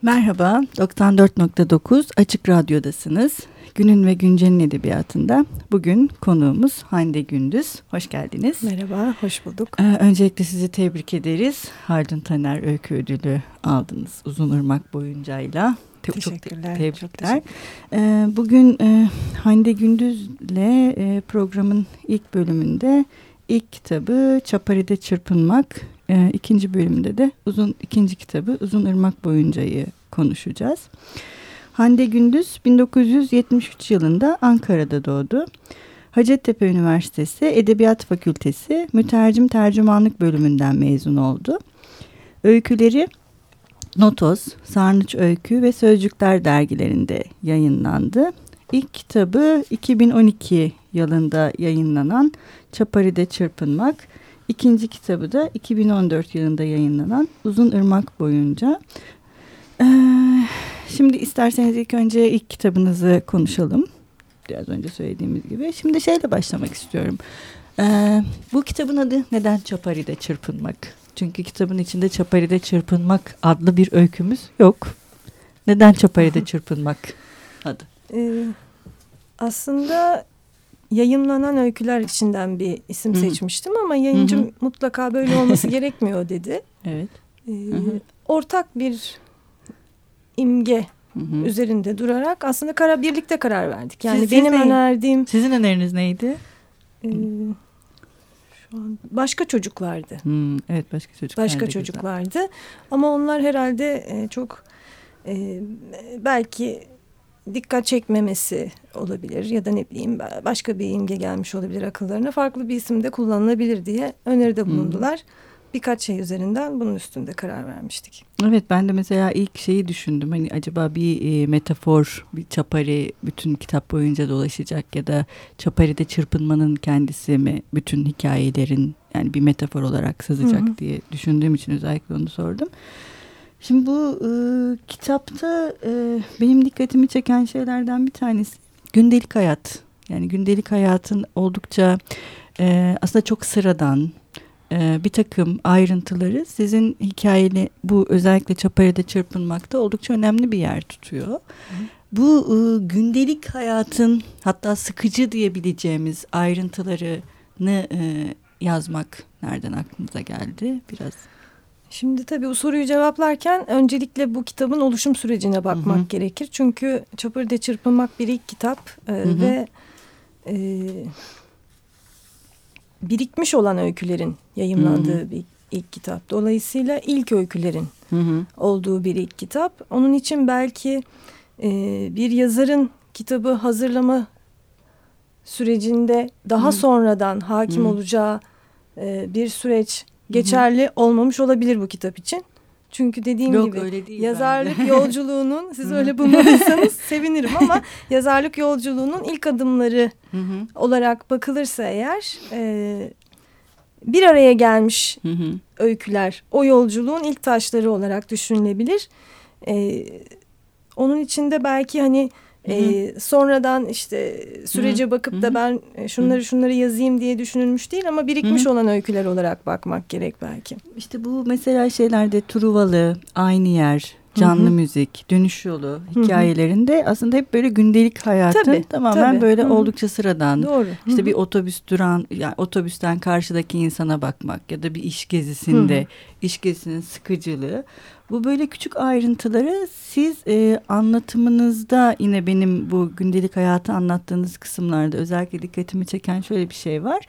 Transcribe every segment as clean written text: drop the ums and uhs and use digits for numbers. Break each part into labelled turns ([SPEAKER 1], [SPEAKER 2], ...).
[SPEAKER 1] Merhaba, 94.9 Açık Radyo'dasınız. Günün ve Güncel'in edebiyatında bugün konuğumuz Hande Gündüz. Hoş geldiniz.
[SPEAKER 2] Merhaba, hoş bulduk.
[SPEAKER 1] Öncelikle sizi tebrik ederiz. Haldun Taner Öykü Ödülü aldınız Uzunırmak boyuncayla.
[SPEAKER 2] Teşekkürler.
[SPEAKER 1] Çok tebrikler. Bugün Hande Gündüz'le programın ilk bölümünde ilk kitabı Çapari'de Çırpınmak, ikinci bölümde de ikinci kitabı Uzunırmak Boyunca'yı konuşacağız. Hande Gündüz 1973 yılında Ankara'da doğdu. Hacettepe Üniversitesi Edebiyat Fakültesi Mütercim Tercümanlık bölümünden mezun oldu. Öyküleri Notos, Sarnıç Öykü ve Sözcükler dergilerinde yayınlandı. İlk kitabı 2012 yılında yayınlanan Çapari'de Çırpınmak, ikinci kitabı da 2014 yılında yayınlanan Uzunırmak Boyunca. Şimdi isterseniz ilk önce ilk kitabınızı konuşalım. Biraz önce söylediğimiz gibi. Şimdi şeyle başlamak istiyorum. Bu kitabın adı neden Çapari'de Çırpınmak? Çünkü kitabın içinde Çapari'de Çırpınmak adlı bir öykümüz yok. Neden Çapari'de Çırpınmak adı?
[SPEAKER 2] Aslında yayımlanan öyküler içinden bir isim seçmiştim ama yayıncım mutlaka böyle olması gerekmiyor dedi.
[SPEAKER 1] Evet.
[SPEAKER 2] Ortak bir imge üzerinde durarak aslında birlikte karar verdik. Yani benim önerdiğim...
[SPEAKER 1] Sizin öneriniz neydi?
[SPEAKER 2] Şu an başka çocuklardı.
[SPEAKER 1] Evet,
[SPEAKER 2] başka çocuklardı. Ama onlar herhalde çok belki dikkat çekmemesi olabilir ya da ne bileyim başka bir imge gelmiş olabilir akıllarına. Farklı bir isim de kullanılabilir diye öneride bulundular. Birkaç şey üzerinden bunun üstünde karar vermiştik.
[SPEAKER 1] Evet, ben de mesela ilk şeyi düşündüm. Hani acaba bir metafor, bir çapari bütün kitap boyunca dolaşacak ya da çaparide çırpınmanın kendisi mi bütün hikayelerin yani bir metafor olarak sızacak diye düşündüğüm için özellikle onu sordum. Şimdi bu kitapta benim dikkatimi çeken şeylerden bir tanesi gündelik hayat. Yani gündelik hayatın oldukça aslında çok sıradan bir takım ayrıntıları sizin hikayeli bu özellikle Çapari'de Çırpınmakta oldukça önemli bir yer tutuyor. Bu gündelik hayatın hatta sıkıcı diyebileceğimiz ayrıntılarını yazmak nereden aklınıza geldi biraz?
[SPEAKER 2] Şimdi tabii bu soruyu cevaplarken öncelikle bu kitabın oluşum sürecine bakmak gerekir. Çünkü Çapari'de Çırpınmak bir ilk kitap ve birikmiş olan öykülerin yayımlandığı bir ilk kitap. Dolayısıyla ilk öykülerin olduğu bir ilk kitap. Onun için belki bir yazarın kitabı hazırlama sürecinde daha sonradan hakim olacağı bir süreç geçerli olmamış olabilir bu kitap için. Çünkü dediğim gibi yazarlık yolculuğunun siz öyle bulmadıysanız sevinirim ama yazarlık yolculuğunun ilk adımları olarak bakılırsa eğer bir araya gelmiş öyküler o yolculuğun ilk taşları olarak düşünülebilir. Onun içinde belki hani sonradan işte sürece bakıp da ben şunları yazayım diye düşünülmüş değil ama birikmiş olan öyküler olarak bakmak gerek belki.
[SPEAKER 1] İşte bu mesela şeylerde Truvalı, Aynı Yer, Canlı Müzik, Dönüş Yolu hikayelerinde aslında hep böyle gündelik hayatın tamamen böyle oldukça sıradan.
[SPEAKER 2] Doğru.
[SPEAKER 1] İşte bir otobüs duran, yani otobüsten karşıdaki insana bakmak ya da bir iş gezisinde, iş gezisinin sıkıcılığı. Bu böyle küçük ayrıntıları siz anlatımınızda yine benim bu gündelik hayatı anlattığınız kısımlarda özellikle dikkatimi çeken şöyle bir şey var.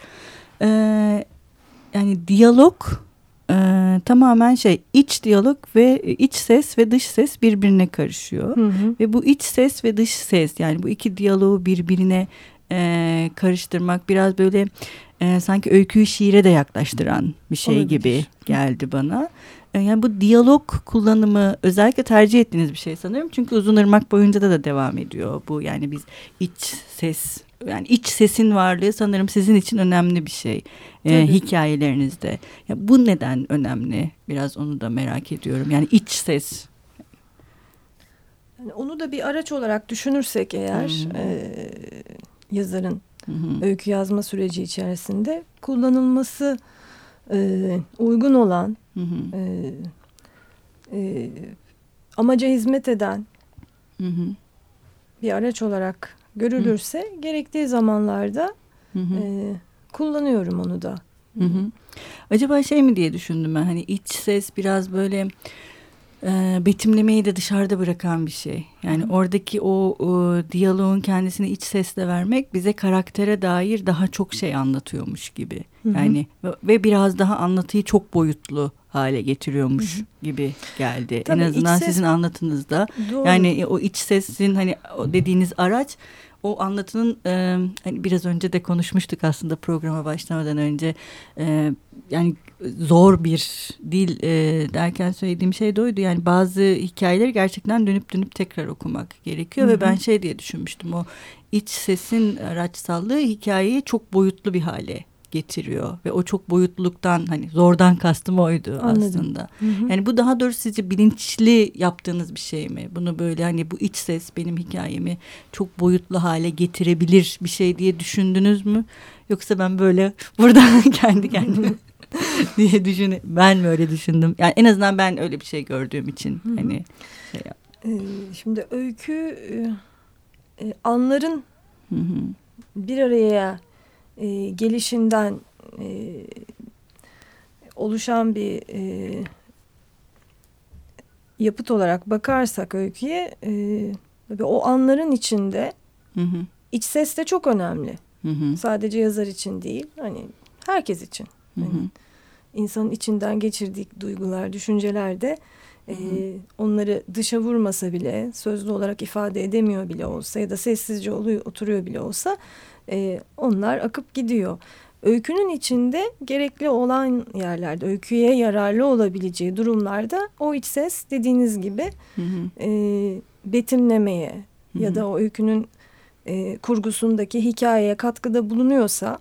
[SPEAKER 1] Yani diyalog tamamen iç diyalog ve iç ses ve dış ses birbirine karışıyor. Ve bu iç ses ve dış ses yani bu iki diyaloğu birbirine karıştırmak biraz böyle sanki öyküyü şiire de yaklaştıran bir şey
[SPEAKER 2] olabilir
[SPEAKER 1] gibi geldi bana. Yani bu diyalog kullanımı özellikle tercih ettiğiniz bir şey sanırım. Çünkü Uzunırmak boyunca da devam ediyor bu. Yani biz iç ses yani iç sesin varlığı sanırım sizin için önemli bir şey hikayelerinizde. Ya bu neden önemli? Biraz onu da merak ediyorum. Yani iç ses.
[SPEAKER 2] Yani onu da bir araç olarak düşünürsek eğer yazarın öykü yazma süreci içerisinde kullanılması uygun olan amaca hizmet eden
[SPEAKER 1] Hı hı.
[SPEAKER 2] bir araç olarak görülürse gerektiği zamanlarda kullanıyorum onu da.
[SPEAKER 1] Hı hı. Acaba şey mi diye düşündüm ben, hani iç ses biraz böyle betimlemeyi de dışarıda bırakan bir şey. Yani oradaki o diyaloğun kendisini iç sesle vermek bize karaktere dair daha çok şey anlatıyormuş gibi. Yani ve biraz daha anlatıyı çok boyutlu hale getiriyormuş gibi geldi.
[SPEAKER 2] Tabii
[SPEAKER 1] en azından
[SPEAKER 2] ses,
[SPEAKER 1] sizin anlatınızda.
[SPEAKER 2] doğru.
[SPEAKER 1] Yani o iç sesin, hani o dediğiniz araç, o anlatının hani biraz önce de konuşmuştuk aslında programa başlamadan önce, yani zor bir dil derken söylediğim şey de oydu. Yani bazı hikayeleri gerçekten dönüp dönüp tekrar okumak gerekiyor. Ve ben şey diye düşünmüştüm, o iç sesin araçsallığı hikayeyi çok boyutlu bir hale getiriyor ve o çok boyutluluktan, hani zordan kastım oydu. Anladım. Aslında. Yani bu daha doğrusu sizce bilinçli yaptığınız bir şey mi? Bunu böyle, hani bu iç ses benim hikayemi çok boyutlu hale getirebilir bir şey diye düşündünüz mü? Yoksa ben böyle buradan kendi kendime diye ben mi öyle düşündüm? Yani en azından ben öyle bir şey gördüğüm için hani şey yap.
[SPEAKER 2] Şimdi öykü anların bir araya gelişinden oluşan bir yapıt olarak bakarsak öyküye, o anların içinde iç ses de çok önemli. Sadece yazar için değil, hani herkes için. Yani insanın içinden geçirdiği duygular, düşünceler de onları dışa vurmasa bile, sözlü olarak ifade edemiyor bile olsa ya da sessizce oturuyor bile olsa onlar akıp gidiyor. Öykünün içinde gerekli olan yerlerde, öyküye yararlı olabileceği durumlarda o iç ses dediğiniz gibi betimlemeye ya da o öykünün kurgusundaki hikayeye katkıda bulunuyorsa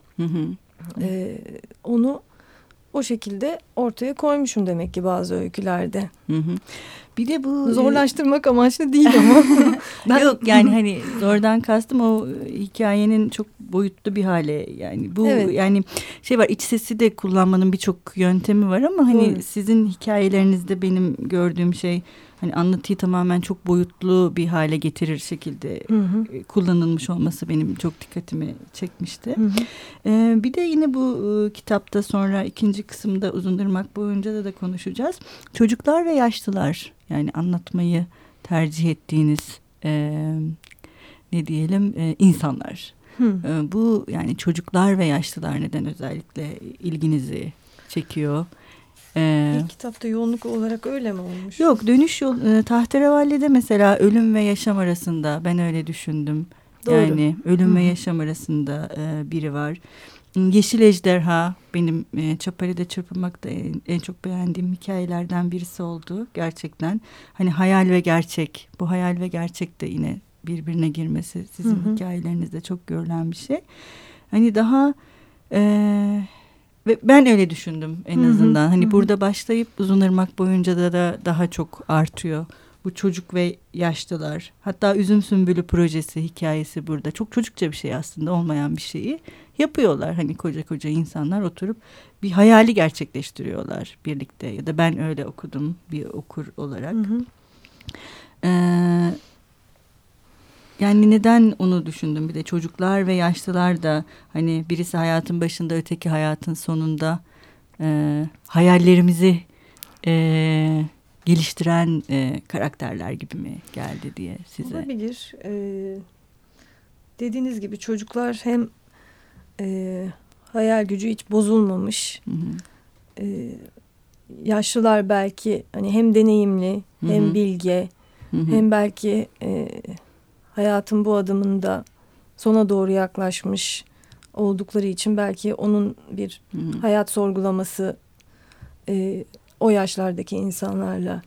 [SPEAKER 2] onu o şekilde ortaya koymuşum demek ki bazı öykülerde.
[SPEAKER 1] Bir de bu
[SPEAKER 2] zorlaştırmak amaçlı değil ama.
[SPEAKER 1] Yok yani hani oradan kastım o hikayenin çok boyutlu bir hale, yani bu yani şey var, iç sesi de kullanmanın birçok yöntemi var ama hani sizin hikayelerinizde benim gördüğüm şey, hani anlatıyı tamamen çok boyutlu bir hale getirir şekilde kullanılmış olması benim çok dikkatimi çekmişti. Bir de yine bu kitapta sonra ikinci kısımda Uzunırmak boyunca da konuşacağız. Çocuklar ve yaşlılar, yani anlatmayı tercih ettiğiniz ne diyelim insanlar. Bu yani çocuklar ve yaşlılar neden özellikle ilginizi çekiyor?
[SPEAKER 2] İlk kitapta yoğunluk olarak öyle mi olmuş?
[SPEAKER 1] Yok, dönüş yol Tahterevalli'de mesela ölüm ve yaşam arasında, ben öyle düşündüm. Doğru. Yani ölüm ve yaşam arasında biri var. Yeşil Ejderha benim Çapari'de Çırpınmak'ta en çok beğendiğim hikayelerden birisi oldu gerçekten. Hani hayal ve gerçek, bu hayal ve gerçek de yine birbirine girmesi sizin hikayelerinizde çok görülen bir şey. Hani daha ve ben öyle düşündüm en azından. Hani burada başlayıp Uzunırmak boyunca da daha çok artıyor. Bu çocuk ve yaşlılar. Hatta Üzüm Sümbülü projesi hikayesi burada. Çok çocukça bir şey aslında, olmayan bir şeyi yapıyorlar. Hani koca koca insanlar oturup bir hayali gerçekleştiriyorlar birlikte. Ya da ben öyle okudum bir okur olarak. Yani neden onu düşündüm, bir de çocuklar ve yaşlılar da hani birisi hayatın başında, öteki hayatın sonunda hayallerimizi geliştiren karakterler gibi mi geldi diye size?
[SPEAKER 2] Olabilir. Dediğiniz gibi çocuklar hem hayal gücü hiç bozulmamış. Yaşlılar belki hani hem deneyimli hem bilge hem belki hayatın bu adımında sona doğru yaklaşmış oldukları için belki onun bir hayat sorgulaması o yaşlardaki insanlarla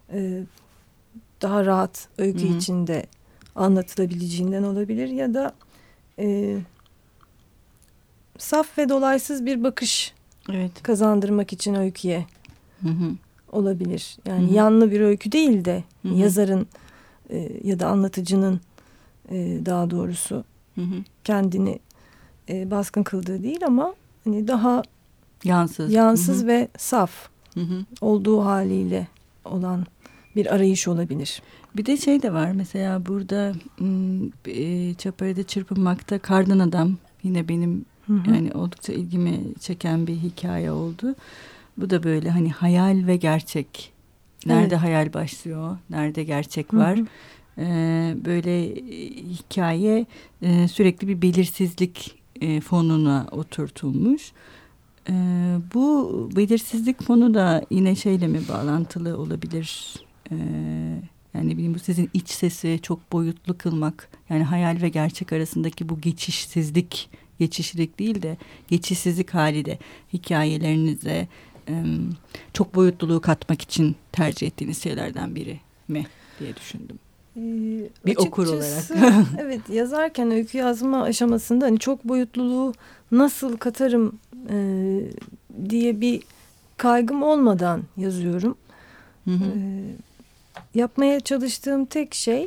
[SPEAKER 2] daha rahat öykü içinde anlatılabileceğinden olabilir ya da saf ve dolaysız bir bakış kazandırmak için öyküye olabilir. Yani yanlı bir öykü değil de yazarın ya da anlatıcının daha doğrusu kendini baskın kıldığı değil ama hani daha yansız ve saf olduğu haliyle olan bir arayış olabilir.
[SPEAKER 1] Bir de şey de var mesela burada Çaparı'da Çırpınmak'ta Kardan Adam yine benim yani oldukça ilgimi çeken bir hikaye oldu. Bu da böyle hani hayal ve gerçek. Nerede hayal başlıyor, nerede gerçek var. Böyle hikaye sürekli bir belirsizlik fonuna oturtulmuş. Bu belirsizlik fonu da yine şeyle mi bağlantılı olabilir? Yani bu sizin iç sesi çok boyutlu kılmak. Yani hayal ve gerçek arasındaki bu geçişlik değil de geçişsizlik hali de hikayelerinize çok boyutluluğu katmak için tercih ettiğiniz şeylerden biri mi diye düşündüm. Bir okur olarak.
[SPEAKER 2] Evet, yazarken öykü yazma aşamasında hani çok boyutluluğu nasıl katarım diye bir kaygım olmadan yazıyorum. Yapmaya çalıştığım tek şey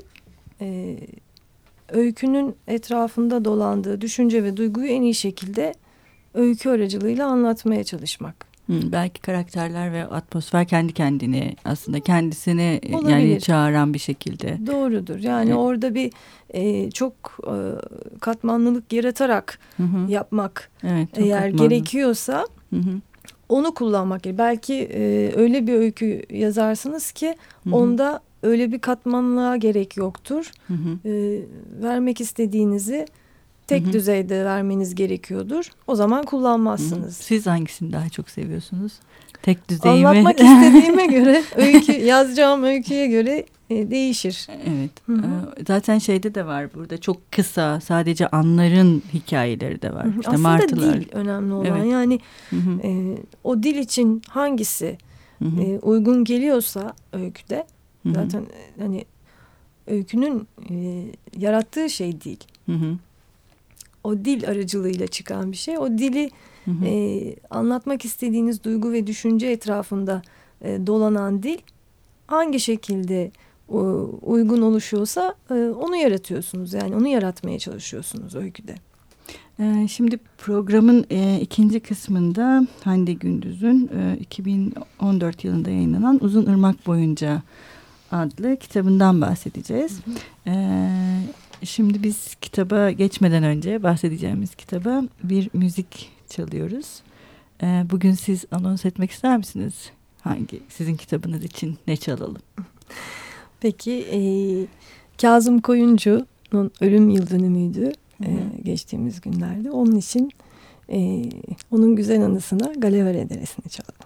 [SPEAKER 2] öykünün etrafında dolandığı düşünce ve duyguyu en iyi şekilde öykü aracılığıyla anlatmaya çalışmak.
[SPEAKER 1] Belki karakterler ve atmosfer kendi kendini aslında kendisini
[SPEAKER 2] olabilir.
[SPEAKER 1] Yani çağıran bir şekilde.
[SPEAKER 2] Doğrudur. Yani orada bir çok katmanlılık yaratarak yapmak eğer gerekiyorsa onu kullanmak gerekiyor. Belki öyle bir öykü yazarsınız ki onda öyle bir katmanlığa gerek yoktur. Vermek istediğinizi tek düzeyde vermeniz gerekiyordur. O zaman kullanmazsınız.
[SPEAKER 1] Siz hangisini daha çok seviyorsunuz? Tek düzeyi mi?
[SPEAKER 2] Anlatmak istediğime göre, yazacağım öyküye göre değişir.
[SPEAKER 1] Evet. Zaten şeyde de var burada çok kısa sadece anların hikayeleri de var. İşte
[SPEAKER 2] aslında
[SPEAKER 1] martılar.
[SPEAKER 2] dil önemli olan. Yani o dil için hangisi uygun geliyorsa öyküde zaten hani öykünün yarattığı şey dil. O dil aracılığıyla çıkan bir şey. O dili anlatmak istediğiniz duygu ve düşünce etrafında dolanan dil hangi şekilde uygun oluşuyorsa onu yaratıyorsunuz. Yani onu yaratmaya çalışıyorsunuz öyküde.
[SPEAKER 1] Şimdi programın ikinci kısmında Hande Gündüz'ün 2014 yılında yayınlanan Uzun Irmak Boyunca adlı kitabından bahsedeceğiz. Şimdi biz kitaba geçmeden önce bahsedeceğimiz kitaba bir müzik çalıyoruz. Bugün siz anons etmek ister misiniz? Sizin kitabınız için ne çalalım?
[SPEAKER 2] Peki Kazım Koyuncu'nun ölüm yıl dönümüydü geçtiğimiz günlerde. Onun için onun güzel anısına Galaver Ederesi'ni çalalım.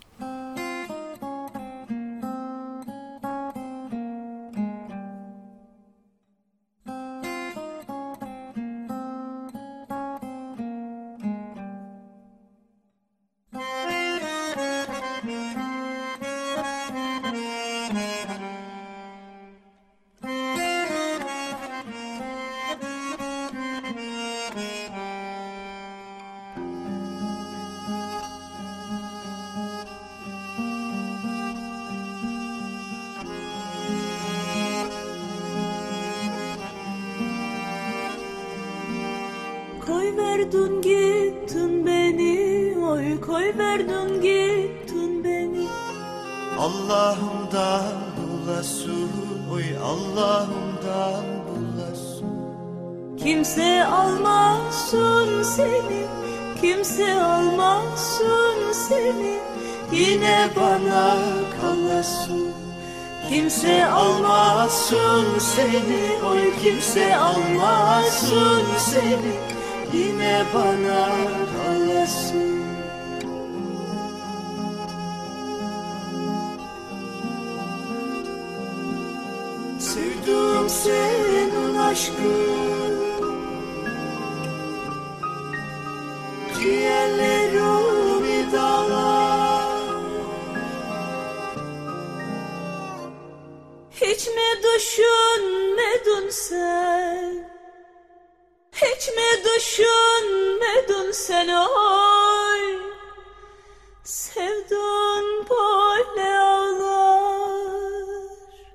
[SPEAKER 3] Koyverdin gittin beni, oy koyverdin gittin beni.
[SPEAKER 4] Allah'ımdan bulasın, oy Allah'ımdan bulasın.
[SPEAKER 3] Kimse almasın seni, kimse almasın seni.
[SPEAKER 4] Yine bana kalasın. Kimse almasın seni, oy kimse almasın seni. Yine bana kalasın. Sevdim senin aşkın, ciğerlerimi dağlar.
[SPEAKER 3] Hiç mi düşünmedin sen? Hiç mi düşünmedin sen oy? Sevdun böyle ağlar,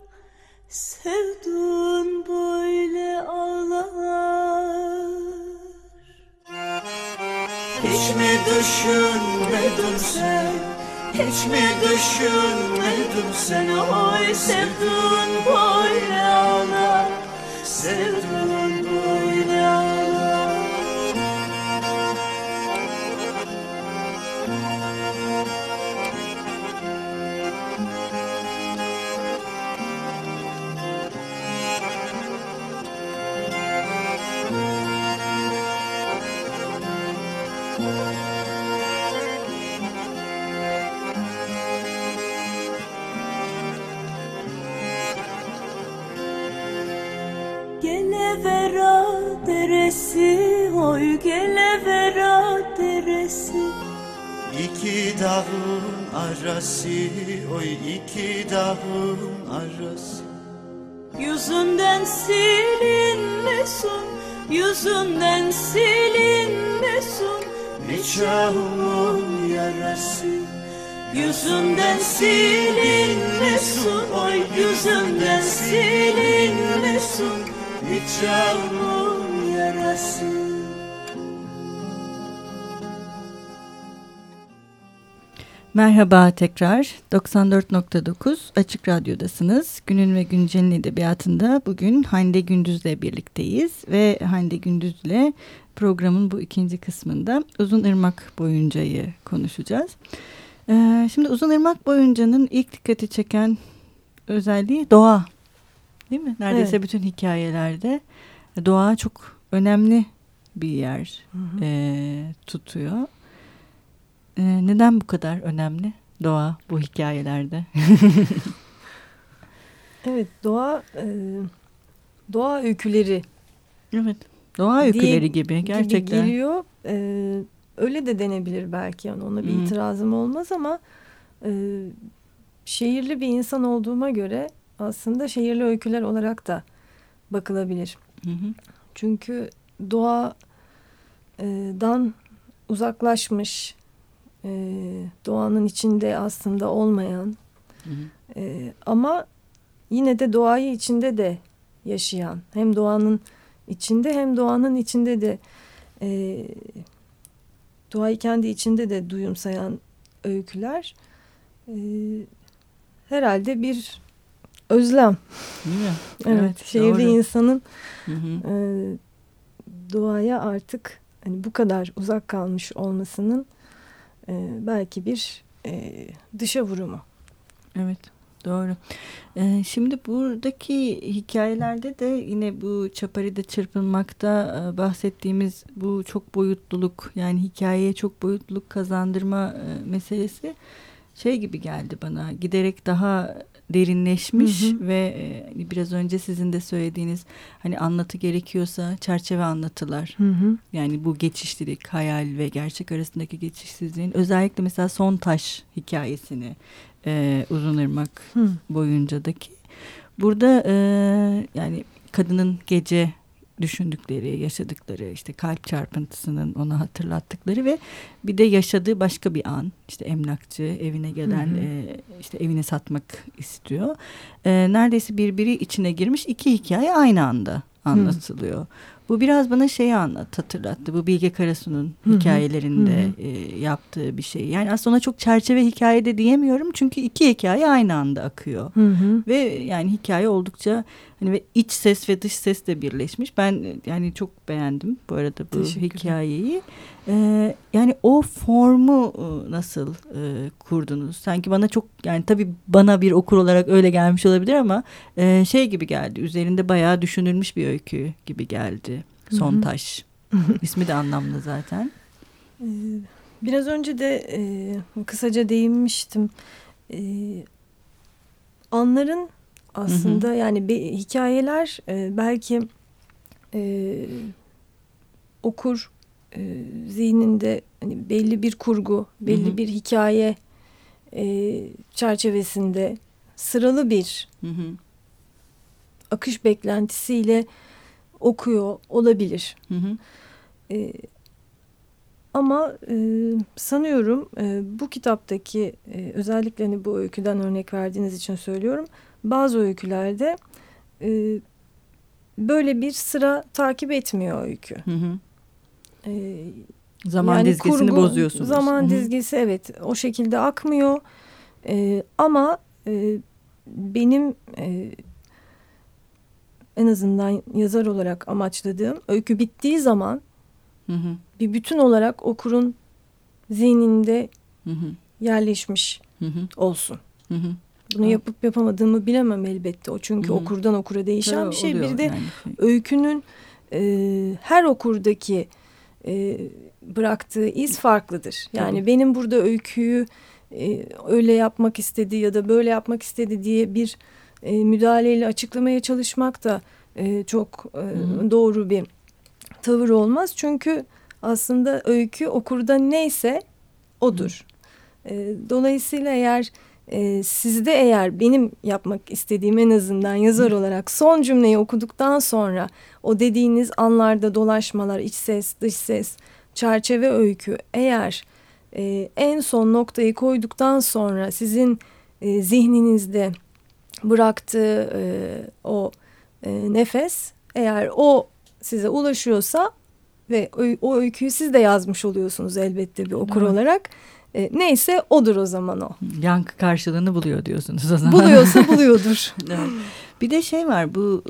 [SPEAKER 3] sevdun böyle ağlar.
[SPEAKER 4] Hiç mi düşünmedin sen? Hiç mi düşünmedin sen oy sevdun böyle ağlar, sevdun böyle ağlar.
[SPEAKER 3] Gelevera deresi, oy gelevera deresi.
[SPEAKER 4] İki dağın arası, oy iki dağın arası.
[SPEAKER 3] Yüzünden silinmesin, yüzünden silinmesin.
[SPEAKER 4] Nikahımın yarası,
[SPEAKER 3] Yüzünden silinmesin, oy yüzünden silinmesin.
[SPEAKER 4] nikahımın yarası.
[SPEAKER 1] Merhaba tekrar 94.9 Açık Radyo'dasınız. Günün ve Güncel'in edebiyatında bugün Hande Gündüz'le birlikteyiz. Ve Hande Gündüz'le programın bu ikinci kısmında Uzunırmak Boyunca'yı konuşacağız. Şimdi Uzunırmak Boyunca'nın ilk dikkati çeken özelliği doğa. Değil mi? Neredeyse evet. Bütün hikayelerde doğa çok önemli bir yer tutuyor. Neden bu kadar önemli doğa bu hikayelerde?
[SPEAKER 2] Evet, doğa öyküleri.
[SPEAKER 1] Evet, doğa öyküleri gibi gerçekten.
[SPEAKER 2] Gibi geliyor. Öyle de denebilir belki. Yani ona bir itirazım olmaz ama şehirli bir insan olduğuma göre aslında şehirli öyküler olarak da bakılabilir. Çünkü doğadan uzaklaşmış, doğanın içinde aslında olmayan ama yine de doğayı içinde de yaşayan, hem doğanın içinde hem doğanın içinde de doğayı kendi içinde de duyumsayan öyküler herhalde bir özlem. Evet, şehirli insanın doğaya artık hani bu kadar uzak kalmış olmasının belki bir dışa vurumu.
[SPEAKER 1] Evet, doğru. Şimdi buradaki hikayelerde de yine bu Çapari'de çırpınmakta bahsettiğimiz bu çok boyutluluk, yani hikayeye çok boyutluluk kazandırma meselesi şey gibi geldi bana. Giderek daha derinleşmiş ve biraz önce sizin de söylediğiniz hani anlatı gerekiyorsa çerçeve anlatılar. Yani bu geçişlilik, hayal ve gerçek arasındaki geçişsizliğin özellikle mesela Son Taş hikayesini Uzunırmak boyuncadaki burada yani kadının gece düşündükleri, yaşadıkları, işte kalp çarpıntısının ona hatırlattıkları ve bir de yaşadığı başka bir an. İşte emlakçı evine gelen, işte evini satmak istiyor. Neredeyse birbiri içine girmiş iki hikaye aynı anda anlatılıyor. Bu biraz bana şeyi hatırlattı. Bu Bilge Karasu'nun hikayelerinde yaptığı bir şey. Yani aslında ona çok çerçeve hikaye de diyemiyorum. Çünkü iki hikaye aynı anda akıyor. Ve yani hikaye oldukça hani ve iç ses ve dış ses de birleşmiş. Ben yani çok beğendim bu arada bu hikayeyi. Yani o formu nasıl kurdunuz? Sanki bana çok, yani tabii bana bir okur olarak öyle gelmiş olabilir ama şey gibi geldi. Üzerinde bayağı düşünülmüş bir öykü gibi geldi. Son Taş. İsmi de anlamlı zaten.
[SPEAKER 2] Biraz önce de kısaca değinmiştim. Anların aslında yani hikayeler belki okur zihninde hani belli bir kurgu, belli bir hikaye çerçevesinde sıralı bir akış beklentisiyle okuyor olabilir. Ama sanıyorum bu kitaptaki özellikle hani bu öyküden örnek verdiğiniz için söylüyorum. Bazı öykülerde böyle bir sıra takip etmiyor öykü.
[SPEAKER 1] Zaman
[SPEAKER 2] yani
[SPEAKER 1] dizgesini bozuyorsunuz.
[SPEAKER 2] Zaman dizgesi evet o şekilde akmıyor. Ama benim en azından yazar olarak amaçladığım öykü bittiği zaman bir bütün olarak okurun zihninde yerleşmiş olsun. Bunu yapıp yapamadığımı bilemem elbette. O çünkü okurdan okura değişen bir şey. Bir de yani öykünün her okurdaki bıraktığı iz farklıdır. Yani benim burada öyküyü öyle yapmak istedi ya da böyle yapmak istedi diye bir müdahaleyle açıklamaya çalışmak da çok doğru bir tavır olmaz. Çünkü aslında öykü okurda neyse odur. Dolayısıyla eğer sizde benim yapmak istediğim en azından yazar olarak son cümleyi okuduktan sonra o dediğiniz anlarda dolaşmalar, iç ses, dış ses, çerçeve öykü eğer en son noktayı koyduktan sonra sizin zihninizde bıraktığı o nefes eğer o size ulaşıyorsa ve o öyküyü siz de yazmış oluyorsunuz elbette bir okur olarak. Neyse odur o zaman o.
[SPEAKER 1] Yankı karşılığını buluyor diyorsunuz o zaman.
[SPEAKER 2] Buluyorsa buluyordur.
[SPEAKER 1] Evet. Bir de şey var bu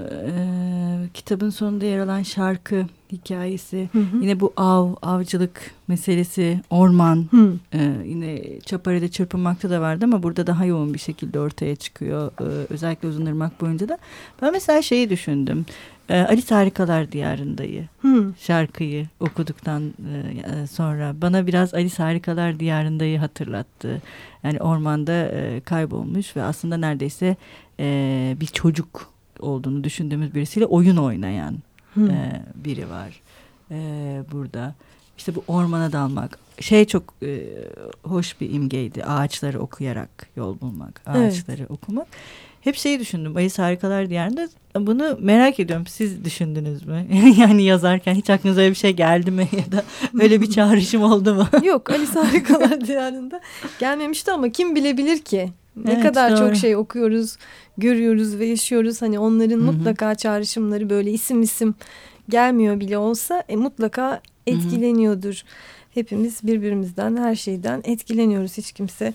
[SPEAKER 1] kitabın sonunda yer alan şarkı hikayesi. Yine bu avcılık meselesi, orman. Yine Çapare'de çırpınmakta da vardı ama burada daha yoğun bir şekilde ortaya çıkıyor. Özellikle Uzunırmak boyunca da. Ben mesela şeyi düşündüm. Alice Harikalar Diyarı'ndayı şarkıyı okuduktan sonra bana biraz Alice Harikalar Diyarı'ndayı hatırlattı. Yani ormanda kaybolmuş ve aslında neredeyse bir çocuk olduğunu düşündüğümüz birisiyle oyun oynayan biri var burada. İşte bu ormana dalmak çok hoş bir imgeydi. Ağaçları okuyarak yol bulmak, ağaçları okumak. Hep şeyi düşündüm. Alice Harikalar Diyarı'nda bunu merak ediyorum. Siz düşündünüz mü? Yani yazarken hiç aklınıza öyle bir şey geldi mi? Ya da öyle bir çağrışım oldu mu?
[SPEAKER 2] Yok, Alice Harikalar Diyarı'nda gelmemişti ama kim bilebilir ki? Ne kadar çok şey okuyoruz, görüyoruz ve yaşıyoruz. Hani onların mutlaka çağrışımları böyle isim gelmiyor bile olsa mutlaka etkileniyordur. Hepimiz birbirimizden, her şeyden etkileniyoruz. Hiç kimse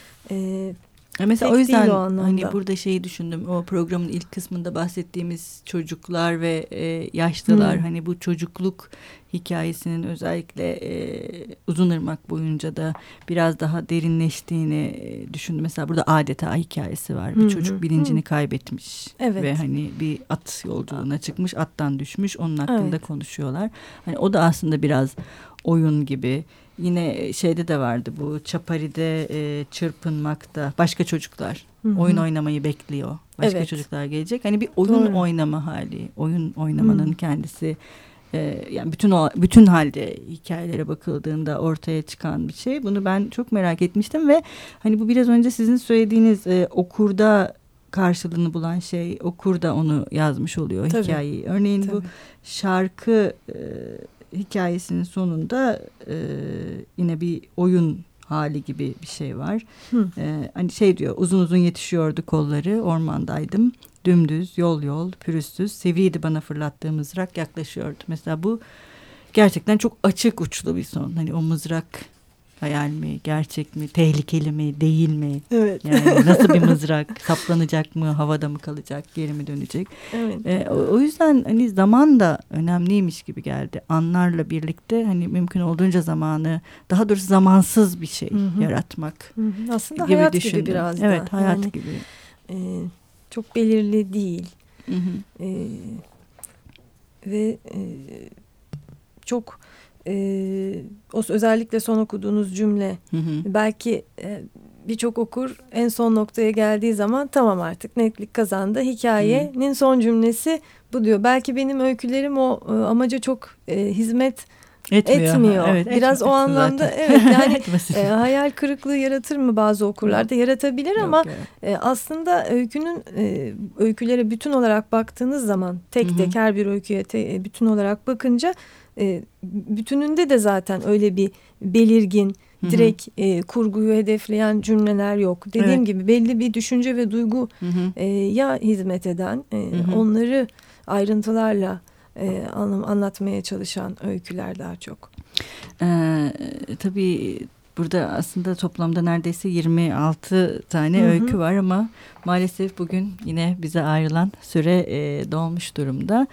[SPEAKER 1] mesela o yüzden hani burada şeyi düşündüm. O programın ilk kısmında bahsettiğimiz çocuklar ve yaşlılar hani bu çocukluk hikayesinin özellikle Uzunırmak boyunca da biraz daha derinleştiğini düşündüm. Mesela burada adeta hikayesi var. Bir çocuk bilincini kaybetmiş ve hani bir at yolculuğuna çıkmış, attan düşmüş. Onun hakkında konuşuyorlar. Hani o da aslında biraz oyun gibi. Yine şeyde de vardı bu Çapari'de çırpınmakta başka çocuklar oyun oynamayı bekliyor. Başka çocuklar gelecek. Hani bir oyun oynama hali, oyun oynamanın kendisi yani bütün halde hikayelere bakıldığında ortaya çıkan bir şey. Bunu ben çok merak etmiştim ve hani bu biraz önce sizin söylediğiniz okurda karşılığını bulan şey, okur da onu yazmış oluyor hikayeyi. Örneğin bu şarkı hikayesinin sonunda yine bir oyun hali gibi bir şey var. Hani şey diyor, uzun uzun yetişiyordu kolları, ormandaydım. Dümdüz, yol pürüzsüz, sivriydi bana fırlattığı mızrak yaklaşıyordu. Mesela bu gerçekten çok açık uçlu bir son. Hani o mızrak hayal mi, gerçek mi, tehlikeli mi, değil mi?
[SPEAKER 2] Evet.
[SPEAKER 1] Yani nasıl bir mızrak, saplanacak mı, havada mı kalacak, geri mi dönecek?
[SPEAKER 2] Evet.
[SPEAKER 1] O yüzden hani zaman da önemliymiş gibi geldi. Anlarla birlikte hani mümkün olduğunca zamanı, daha doğrusu zamansız bir şey yaratmak.
[SPEAKER 2] Aslında
[SPEAKER 1] gibi
[SPEAKER 2] hayat
[SPEAKER 1] düşündüm.
[SPEAKER 2] gibi biraz da.
[SPEAKER 1] Evet, hayat
[SPEAKER 2] yani,
[SPEAKER 1] gibi.
[SPEAKER 2] Çok belirli değil. Ve çok özellikle son okuduğunuz cümle belki birçok okur en son noktaya geldiği zaman tamam artık netlik kazandı. Hikayenin son cümlesi bu diyor. Belki benim öykülerim o amaca çok hizmet etmiyor. Evet, biraz o anlamda zaten. Evet yani hayal kırıklığı yaratır mı bazı okurlarda? Yaratabilir ama aslında öykülere bütün olarak baktığınız zaman tek her bir öyküye bütün olarak bakınca bütününde de zaten öyle bir belirgin direkt kurguyu hedefleyen cümleler yok. Dediğim gibi belli bir düşünce ve duygu ya hizmet eden onları ayrıntılarla anlatmaya çalışan öyküler daha çok.
[SPEAKER 1] Tabii burada aslında toplamda neredeyse 26 tane öykü var ama maalesef bugün yine bize ayrılan süre dolmuş durumda.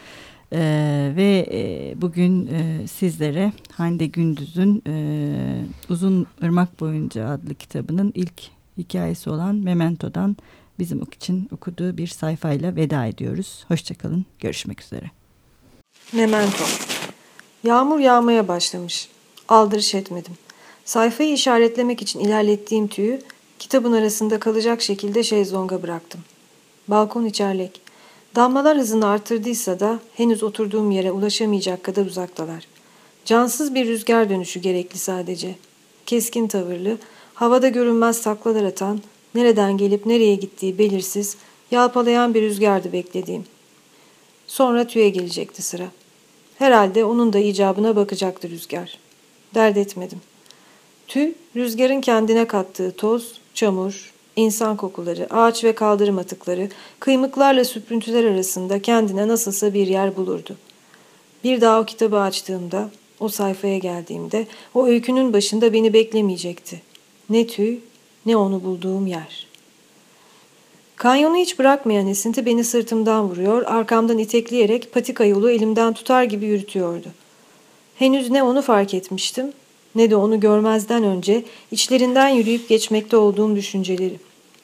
[SPEAKER 1] Ve bugün sizlere Hande Gündüz'ün Uzun Irmak Boyunca adlı kitabının ilk hikayesi olan Memento'dan bizim için okuduğu bir sayfayla veda ediyoruz. Hoşçakalın, görüşmek üzere.
[SPEAKER 2] Memento. Yağmur yağmaya başlamış. Aldırış etmedim. Sayfayı işaretlemek için ilerlettiğim tüyü kitabın arasında kalacak şekilde şezlonga bıraktım. Balkon içerlek. Damlalar hızını artırdıysa da henüz oturduğum yere ulaşamayacak kadar uzaktalar. Cansız bir rüzgar dönüşü gerekli sadece. Keskin tavırlı, havada görünmez taklalar atan, nereden gelip nereye gittiği belirsiz, yalpalayan bir rüzgardı beklediğim. Sonra tüye gelecekti sıra. Herhalde onun da icabına bakacaktı rüzgar. Dert etmedim. Tüy, rüzgarın kendine kattığı toz, çamur, insan kokuları, ağaç ve kaldırım atıkları, kıymıklarla süprüntüler arasında kendine nasılsa bir yer bulurdu. Bir daha o kitabı açtığımda, o sayfaya geldiğimde, o öykünün başında beni beklemeyecekti. Ne tüy, ne onu bulduğum yer. Kanyonu hiç bırakmayan esinti beni sırtımdan vuruyor, arkamdan itekleyerek patika yolu elimden tutar gibi yürütüyordu. Henüz ne onu fark etmiştim, ne de onu görmezden önce içlerinden yürüyüp geçmekte olduğum düşünceleri.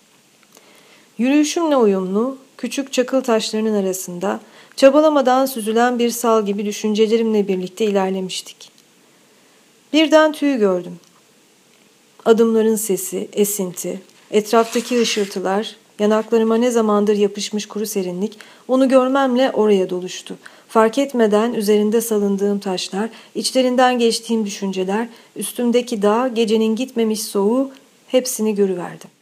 [SPEAKER 2] Yürüyüşümle uyumlu, küçük çakıl taşlarının arasında çabalamadan süzülen bir sal gibi düşüncelerimle birlikte ilerlemiştik. Birden tüyü gördüm. Adımların sesi, esinti, etraftaki ışırtılar, yanaklarıma ne zamandır yapışmış kuru serinlik, onu görmemle oraya doluştu. Fark etmeden üzerinde salındığım taşlar, içlerinden geçtiğim düşünceler, üstümdeki dağ, gecenin gitmemiş soğuğu, hepsini görüverdim.